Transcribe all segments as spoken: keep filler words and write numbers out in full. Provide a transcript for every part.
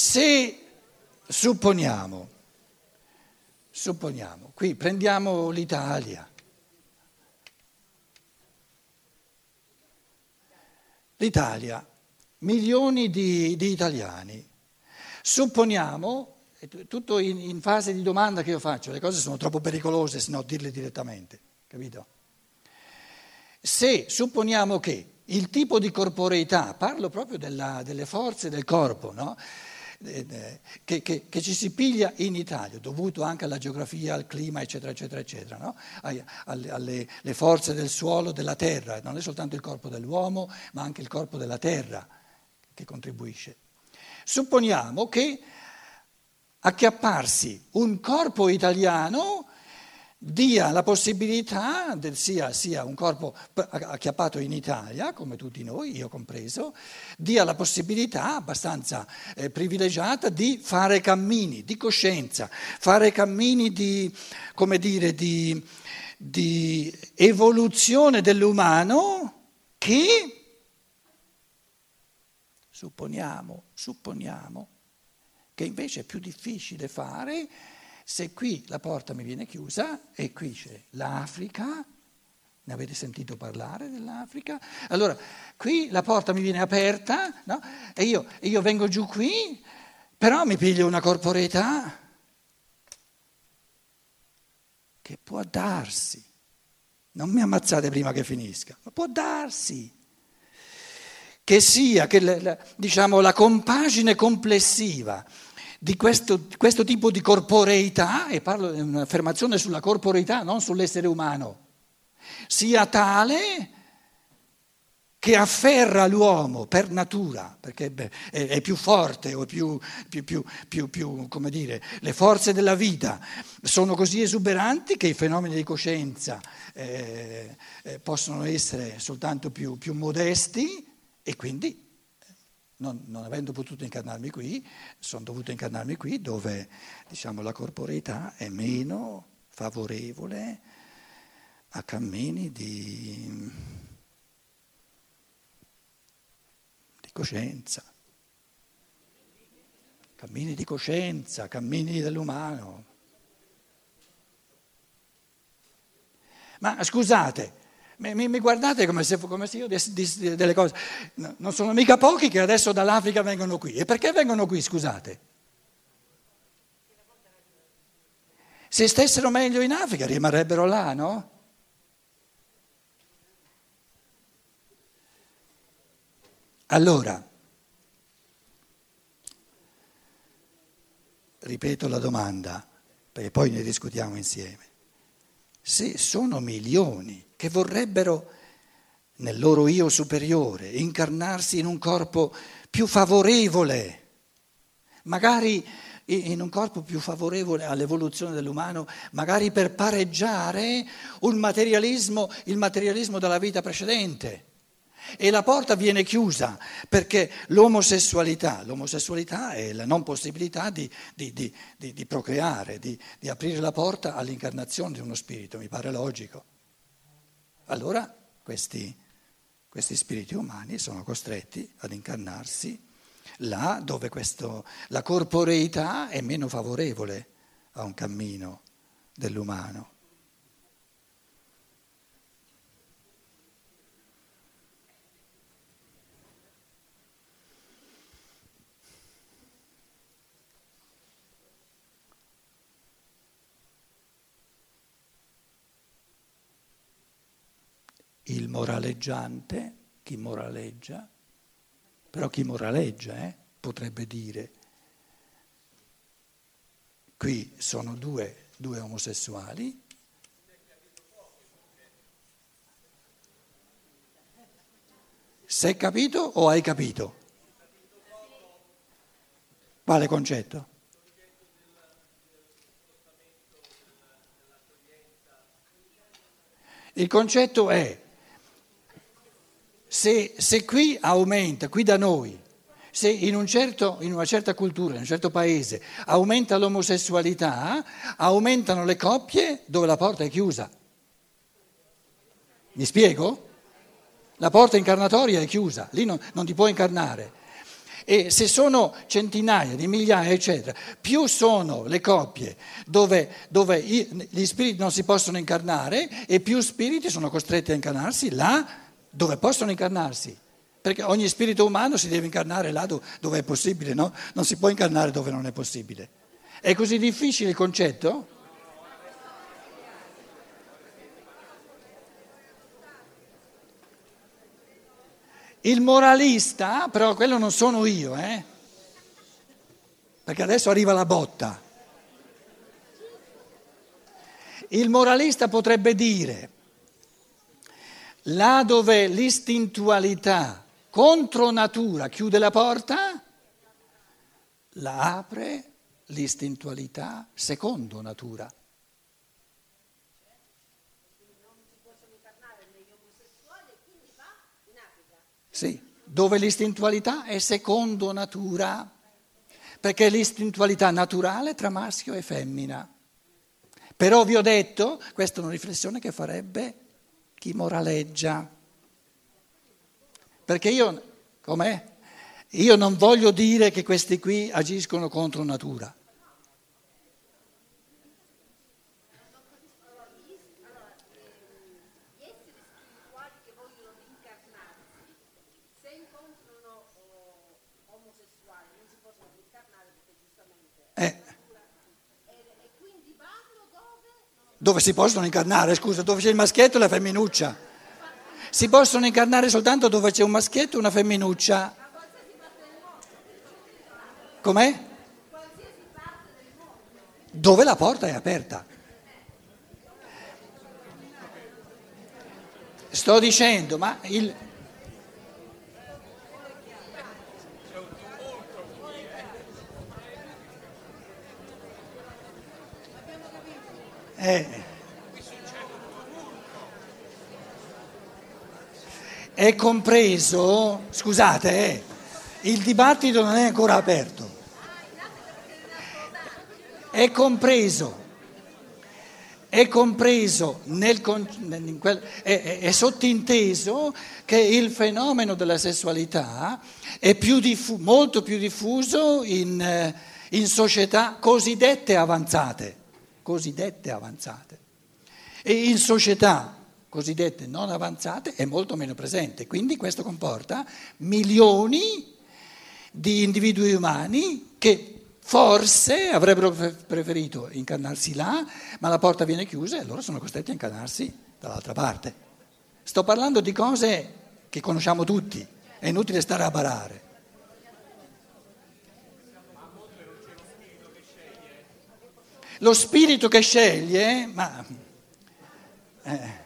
Se supponiamo, supponiamo, qui prendiamo l'Italia, l'Italia, milioni di, di italiani, supponiamo, è tutto in, in fase di domanda che io faccio, le cose sono troppo pericolose se no dirle direttamente, capito? Se supponiamo che il tipo di corporeità, parlo proprio della, delle forze del corpo, no? Che, che, che ci si piglia in Italia, dovuto anche alla geografia, al clima, eccetera, eccetera, eccetera, no? alle, alle le forze del suolo, della terra, non è soltanto il corpo dell'uomo, ma anche il corpo della terra che contribuisce. Supponiamo che acchiapparsi un corpo italiano dia la possibilità, del, sia, sia un corpo acchiappato in Italia, come tutti noi, io compreso, dia la possibilità abbastanza eh, privilegiata di fare cammini di coscienza, fare cammini di, come dire, di, di evoluzione dell'umano che, supponiamo, supponiamo, che invece è più difficile fare se qui la porta mi viene chiusa e qui c'è l'Africa, ne avete sentito parlare dell'Africa? Allora, qui la porta mi viene aperta, no? E io, e io vengo giù qui, però mi piglio una corporeità che può darsi, non mi ammazzate prima che finisca, ma può darsi che sia, che la, la, diciamo, la compagine complessiva di questo, questo tipo di corporeità, e parlo di un'affermazione sulla corporeità, non sull'essere umano, sia tale che afferra l'uomo per natura, perché beh, è, è più forte o più, più, più, più, più, come dire, le forze della vita sono così esuberanti che i fenomeni di coscienza eh, eh, possono essere soltanto più, più modesti e quindi Non, non avendo potuto incarnarmi qui, sono dovuto incarnarmi qui dove, diciamo, la corporeità è meno favorevole a cammini di, di coscienza, cammini di coscienza, cammini dell'umano. Ma scusate, Mi, mi guardate come se, come se io dissi delle cose, no, non sono mica pochi che adesso dall'Africa vengono qui. E perché vengono qui, scusate? Se stessero meglio in Africa rimarrebbero là, no? Allora, ripeto la domanda, perché poi ne discutiamo insieme. Se sono milioni che vorrebbero, nel loro io superiore, incarnarsi in un corpo più favorevole, magari in un corpo più favorevole all'evoluzione dell'umano, magari per pareggiare un materialismo, il materialismo della vita precedente. E la porta viene chiusa perché l'omosessualità, l'omosessualità è la non possibilità di, di, di, di, di procreare, di, di aprire la porta all'incarnazione di uno spirito, mi pare logico. Allora questi, questi spiriti umani sono costretti ad incarnarsi là dove questo, la corporeità è meno favorevole a un cammino dell'umano. Il moraleggiante, chi moraleggia, però chi moraleggia eh, potrebbe dire, qui sono due, due omosessuali, sei capito o hai capito? Quale concetto? Il concetto è, se, se qui aumenta, qui da noi, se in, un certo, in una certa cultura, in un certo paese, aumenta l'omosessualità, aumentano le coppie dove la porta è chiusa. Mi spiego? La porta incarnatoria è chiusa, lì non, non ti puoi incarnare. E se sono centinaia di migliaia, eccetera, più sono le coppie dove, dove gli spiriti non si possono incarnare e più spiriti sono costretti a incarnarsi là dove possono incarnarsi. Perché ogni spirito umano si deve incarnare là dove è possibile, no? Non si può incarnare dove non è possibile. È così difficile il concetto? Il moralista, però quello non sono io, eh? Perché adesso arriva la botta. Il moralista potrebbe dire, là dove l'istintualità contro natura chiude la porta, la apre l'istintualità secondo natura. Sì, dove l'istintualità è secondo natura, perché l'istintualità naturale tra maschio e femmina. Però vi ho detto, questa è una riflessione che farebbe chi moraleggia. Perché io, com'è? Io non voglio dire che questi qui agiscono contro natura. Eh. Dove si possono incarnare, scusa, dove c'è il maschietto e la femminuccia. Si possono incarnare soltanto dove c'è un maschietto e una femminuccia. Com'è? Dove la porta è aperta. Sto dicendo, ma il... Eh. È compreso, scusate, eh, il dibattito non è ancora aperto, è compreso, è compreso, nel, in quel, è, è sottinteso che il fenomeno della sessualità è più diffu, molto più diffuso in, in società cosiddette avanzate, cosiddette avanzate, e in società cosiddette non avanzate è molto meno presente, quindi questo comporta milioni di individui umani che forse avrebbero preferito incarnarsi là, ma la porta viene chiusa e allora sono costretti a incarnarsi dall'altra parte. Sto parlando di cose che conosciamo tutti, è inutile stare a barare. Lo spirito che sceglie, ma... Eh,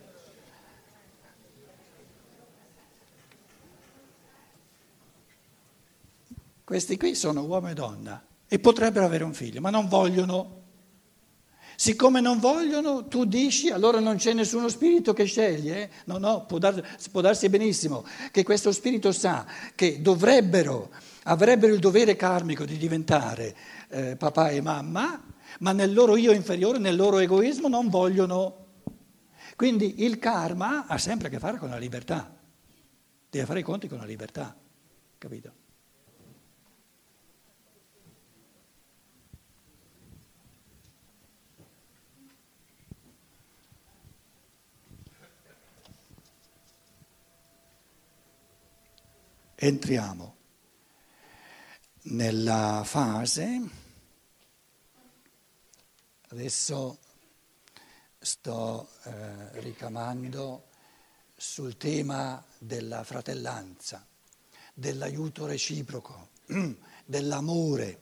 questi qui sono uomo e donna e potrebbero avere un figlio, ma non vogliono. Siccome non vogliono, tu dici allora non c'è nessuno spirito che sceglie? No, no, può, dar, può darsi benissimo che questo spirito sa che dovrebbero, avrebbero il dovere karmico di diventare eh, papà e mamma, ma nel loro io inferiore, nel loro egoismo non vogliono. Quindi il karma ha sempre a che fare con la libertà, deve fare i conti con la libertà, capito? Entriamo nella fase, adesso sto eh, ricamando sul tema della fratellanza, dell'aiuto reciproco, dell'amore.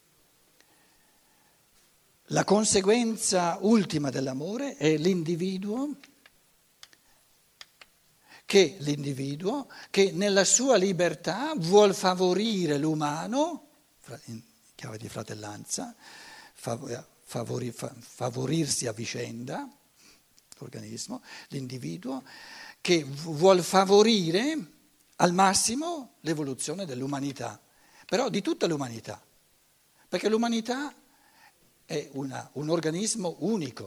La conseguenza ultima dell'amore è l'individuo che l'individuo che nella sua libertà vuol favorire l'umano, in chiave di fratellanza, favori, favorirsi a vicenda, l'organismo, l'individuo che vuol favorire al massimo l'evoluzione dell'umanità, però di tutta l'umanità, perché l'umanità è una, un organismo unico.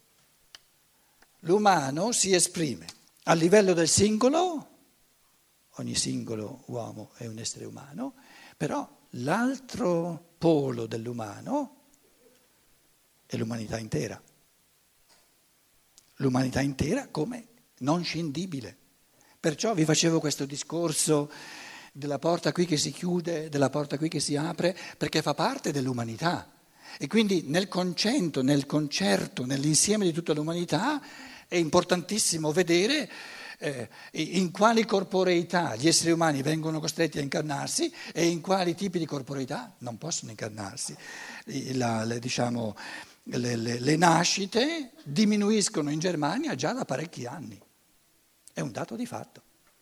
L'umano si esprime a livello del singolo, ogni singolo uomo è un essere umano, Però l'altro polo dell'umano è l'umanità intera. L'umanità intera come non scindibile. Perciò vi facevo questo discorso della porta qui che si chiude, della porta qui che si apre, perché fa parte dell'umanità. E quindi nel concetto, nel concerto, nell'insieme di tutta l'umanità è importantissimo vedere eh, in quali corporeità gli esseri umani vengono costretti a incarnarsi e in quali tipi di corporeità non possono incarnarsi. La, le, diciamo, le, le, le nascite diminuiscono in Germania già da parecchi anni. È un dato di fatto.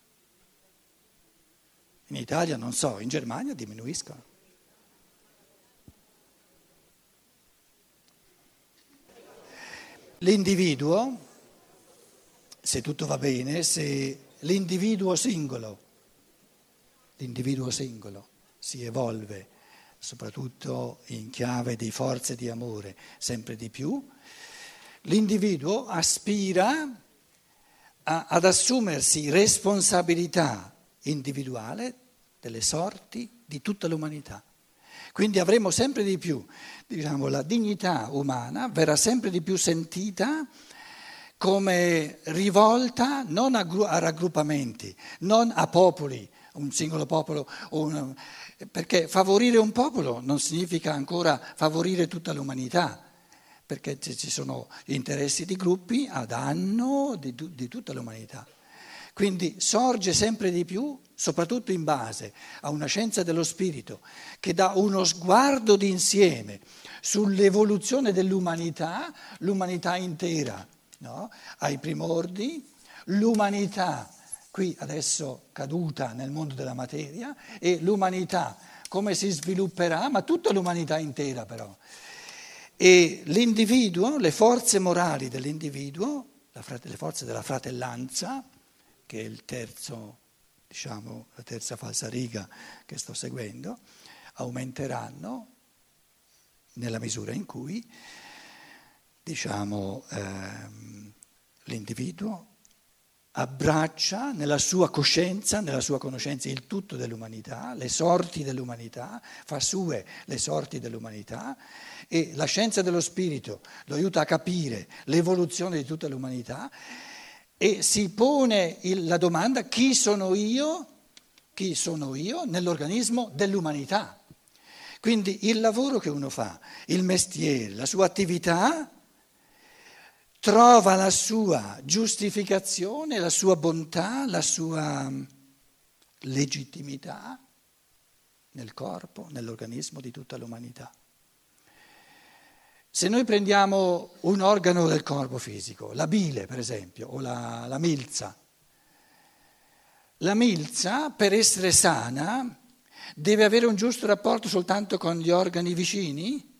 In Italia non so, in Germania diminuiscono. L'individuo, se tutto va bene, se l'individuo singolo, l'individuo singolo si evolve, soprattutto in chiave di forze di amore, sempre di più, l'individuo aspira a, ad assumersi responsabilità individuale delle sorti di tutta l'umanità. Quindi avremo sempre di più, diciamo, la dignità umana verrà sempre di più sentita come rivolta non a, gru- a raggruppamenti, non a popoli, un singolo popolo, un, perché favorire un popolo non significa ancora favorire tutta l'umanità, perché ci sono interessi di gruppi a danno di, di tutta l'umanità. Quindi sorge sempre di più, soprattutto in base a una scienza dello spirito che dà uno sguardo d'insieme sull'evoluzione dell'umanità, l'umanità intera, no? Ai primordi, l'umanità qui adesso caduta nel mondo della materia e l'umanità come si svilupperà, ma tutta l'umanità intera però. E l'individuo, le forze morali dell'individuo, le forze della fratellanza, che è il terzo, diciamo, la terza falsariga che sto seguendo, aumenteranno nella misura in cui, diciamo, ehm, l'individuo abbraccia nella sua coscienza, nella sua conoscenza il tutto dell'umanità, le sorti dell'umanità, fa sue le sorti dell'umanità e la scienza dello spirito lo aiuta a capire l'evoluzione di tutta l'umanità. E si pone il, la domanda: chi sono io? Chi sono io nell'organismo dell'umanità? Quindi il lavoro che uno fa, il mestiere, la sua attività, trova la sua giustificazione, la sua bontà, la sua legittimità nel corpo, nell'organismo di tutta l'umanità. Se noi prendiamo un organo del corpo fisico, la bile per esempio, o la, la milza, la milza per essere sana deve avere un giusto rapporto soltanto con gli organi vicini?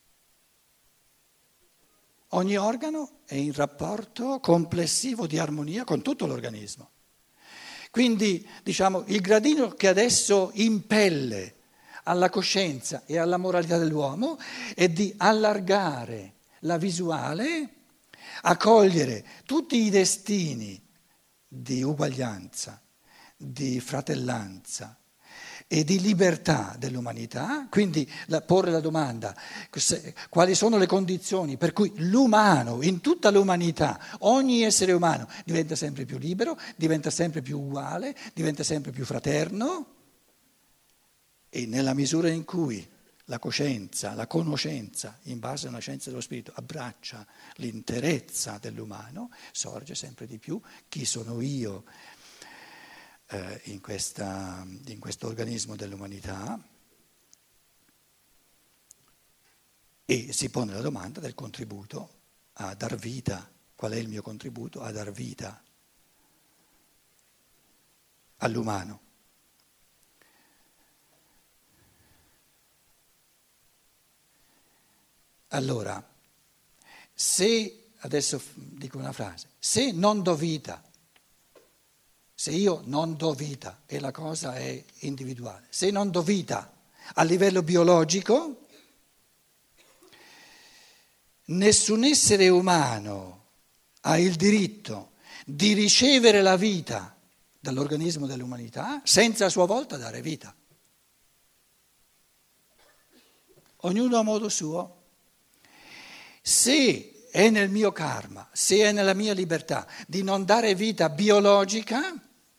Ogni organo è in rapporto complessivo di armonia con tutto l'organismo. Quindi, diciamo, il gradino che adesso impelle alla coscienza e alla moralità dell'uomo è di allargare la visuale, a cogliere tutti i destini di uguaglianza, di fratellanza e di libertà dell'umanità, quindi la, porre la domanda se, quali sono le condizioni per cui l'umano, in tutta l'umanità, ogni essere umano diventa sempre più libero, diventa sempre più uguale, diventa sempre più fraterno. E nella misura in cui la coscienza, la conoscenza, in base a una scienza dello spirito, abbraccia l'interezza dell'umano, sorge sempre di più chi sono io eh, in, questa, in questo organismo dell'umanità e si pone la domanda del contributo a dar vita. Qual è il mio contributo a dar vita all'umano? Allora, se, adesso dico una frase, se non do vita, se io non do vita e la cosa è individuale, se non do vita a livello biologico, nessun essere umano ha il diritto di ricevere la vita dall'organismo dell'umanità senza a sua volta dare vita. ognuno a modo suo. Se è nel mio karma, se è nella mia libertà di non dare vita biologica,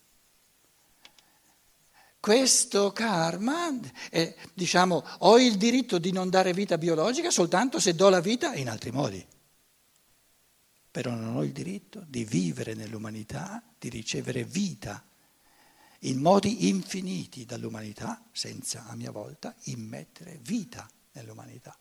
questo karma, eh, diciamo, ho il diritto di non dare vita biologica soltanto se do la vita in altri modi. Però non ho il diritto di vivere nell'umanità, di ricevere vita in modi infiniti dall'umanità, senza a mia volta immettere vita nell'umanità.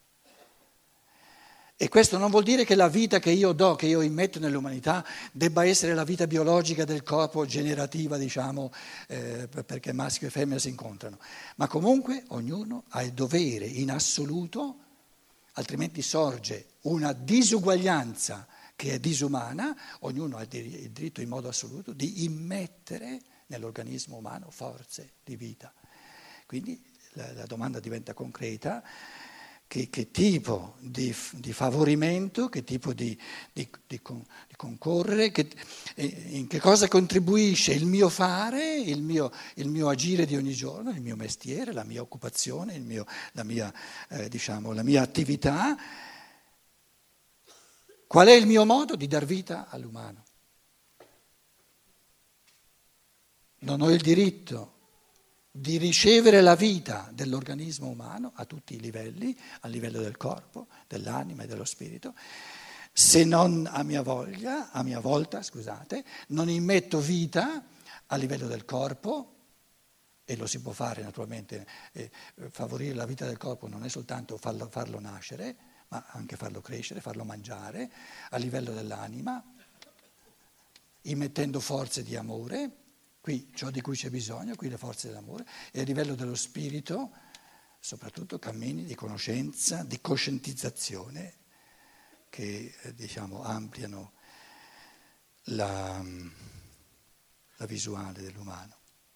E questo non vuol dire che la vita che io do, che io immetto nell'umanità, debba essere la vita biologica del corpo generativa, diciamo, eh, perché maschio e femmina si incontrano. Ma comunque ognuno ha il dovere in assoluto, altrimenti sorge una disuguaglianza che è disumana, ognuno ha il diritto in modo assoluto di immettere nell'organismo umano forze di vita. Quindi la, la domanda diventa concreta. Che, che tipo di, di favorimento, che tipo di, di, di, di concorrere, che, in che cosa contribuisce il mio fare, il mio, il mio agire di ogni giorno, il mio mestiere, la mia occupazione, il mio, la, mia, eh, diciamo, la mia attività. Qual è il mio modo di dar vita all'umano? Non ho il diritto di ricevere la vita dell'organismo umano a tutti i livelli, a livello del corpo, dell'anima e dello spirito, se non a mia voglia, a mia volta, scusate, non immetto vita a livello del corpo, e lo si può fare naturalmente, eh, favorire la vita del corpo non è soltanto farlo, farlo nascere, ma anche farlo crescere, farlo mangiare, a livello dell'anima, immettendo forze di amore. Qui ciò di cui c'è bisogno, qui le forze dell'amore, e a livello dello spirito, soprattutto cammini di conoscenza, di coscientizzazione che eh, diciamo ampliano la, la visuale dell'umano.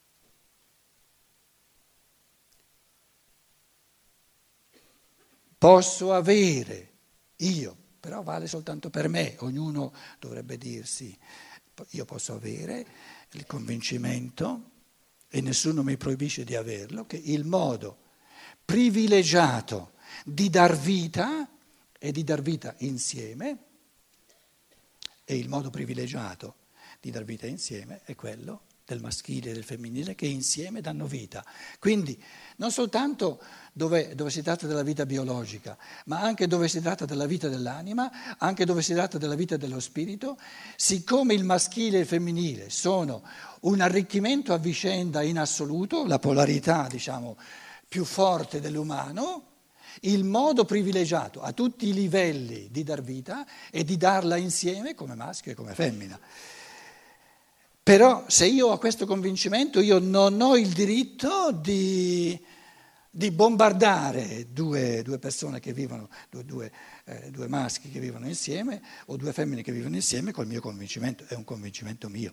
Posso avere io, però vale soltanto per me, ognuno dovrebbe dirsi, io posso avere il convincimento, e nessuno mi proibisce di averlo, che il modo privilegiato di dar vita e di dar vita insieme, e il modo privilegiato di dar vita insieme è quello del maschile e del femminile che insieme danno vita. Quindi non soltanto dove, dove si tratta della vita biologica, ma anche dove si tratta della vita dell'anima, anche dove si tratta della vita dello spirito, siccome il maschile e il femminile sono un arricchimento a vicenda in assoluto, la polarità, diciamo, più forte dell'umano, il modo privilegiato a tutti i livelli di dar vita è di darla insieme come maschio e come femmina. Però se io ho questo convincimento, io non ho il diritto di, di bombardare due, due persone che vivono, due, due, eh, due maschi che vivono insieme o due femmine che vivono insieme col mio convincimento, è un convincimento mio.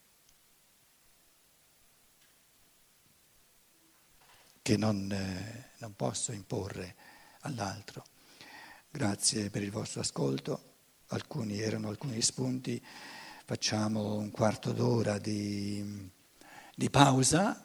Che non, eh, non posso imporre all'altro. Grazie per il vostro ascolto, alcuni erano alcuni spunti. Facciamo un quarto d'ora di, di pausa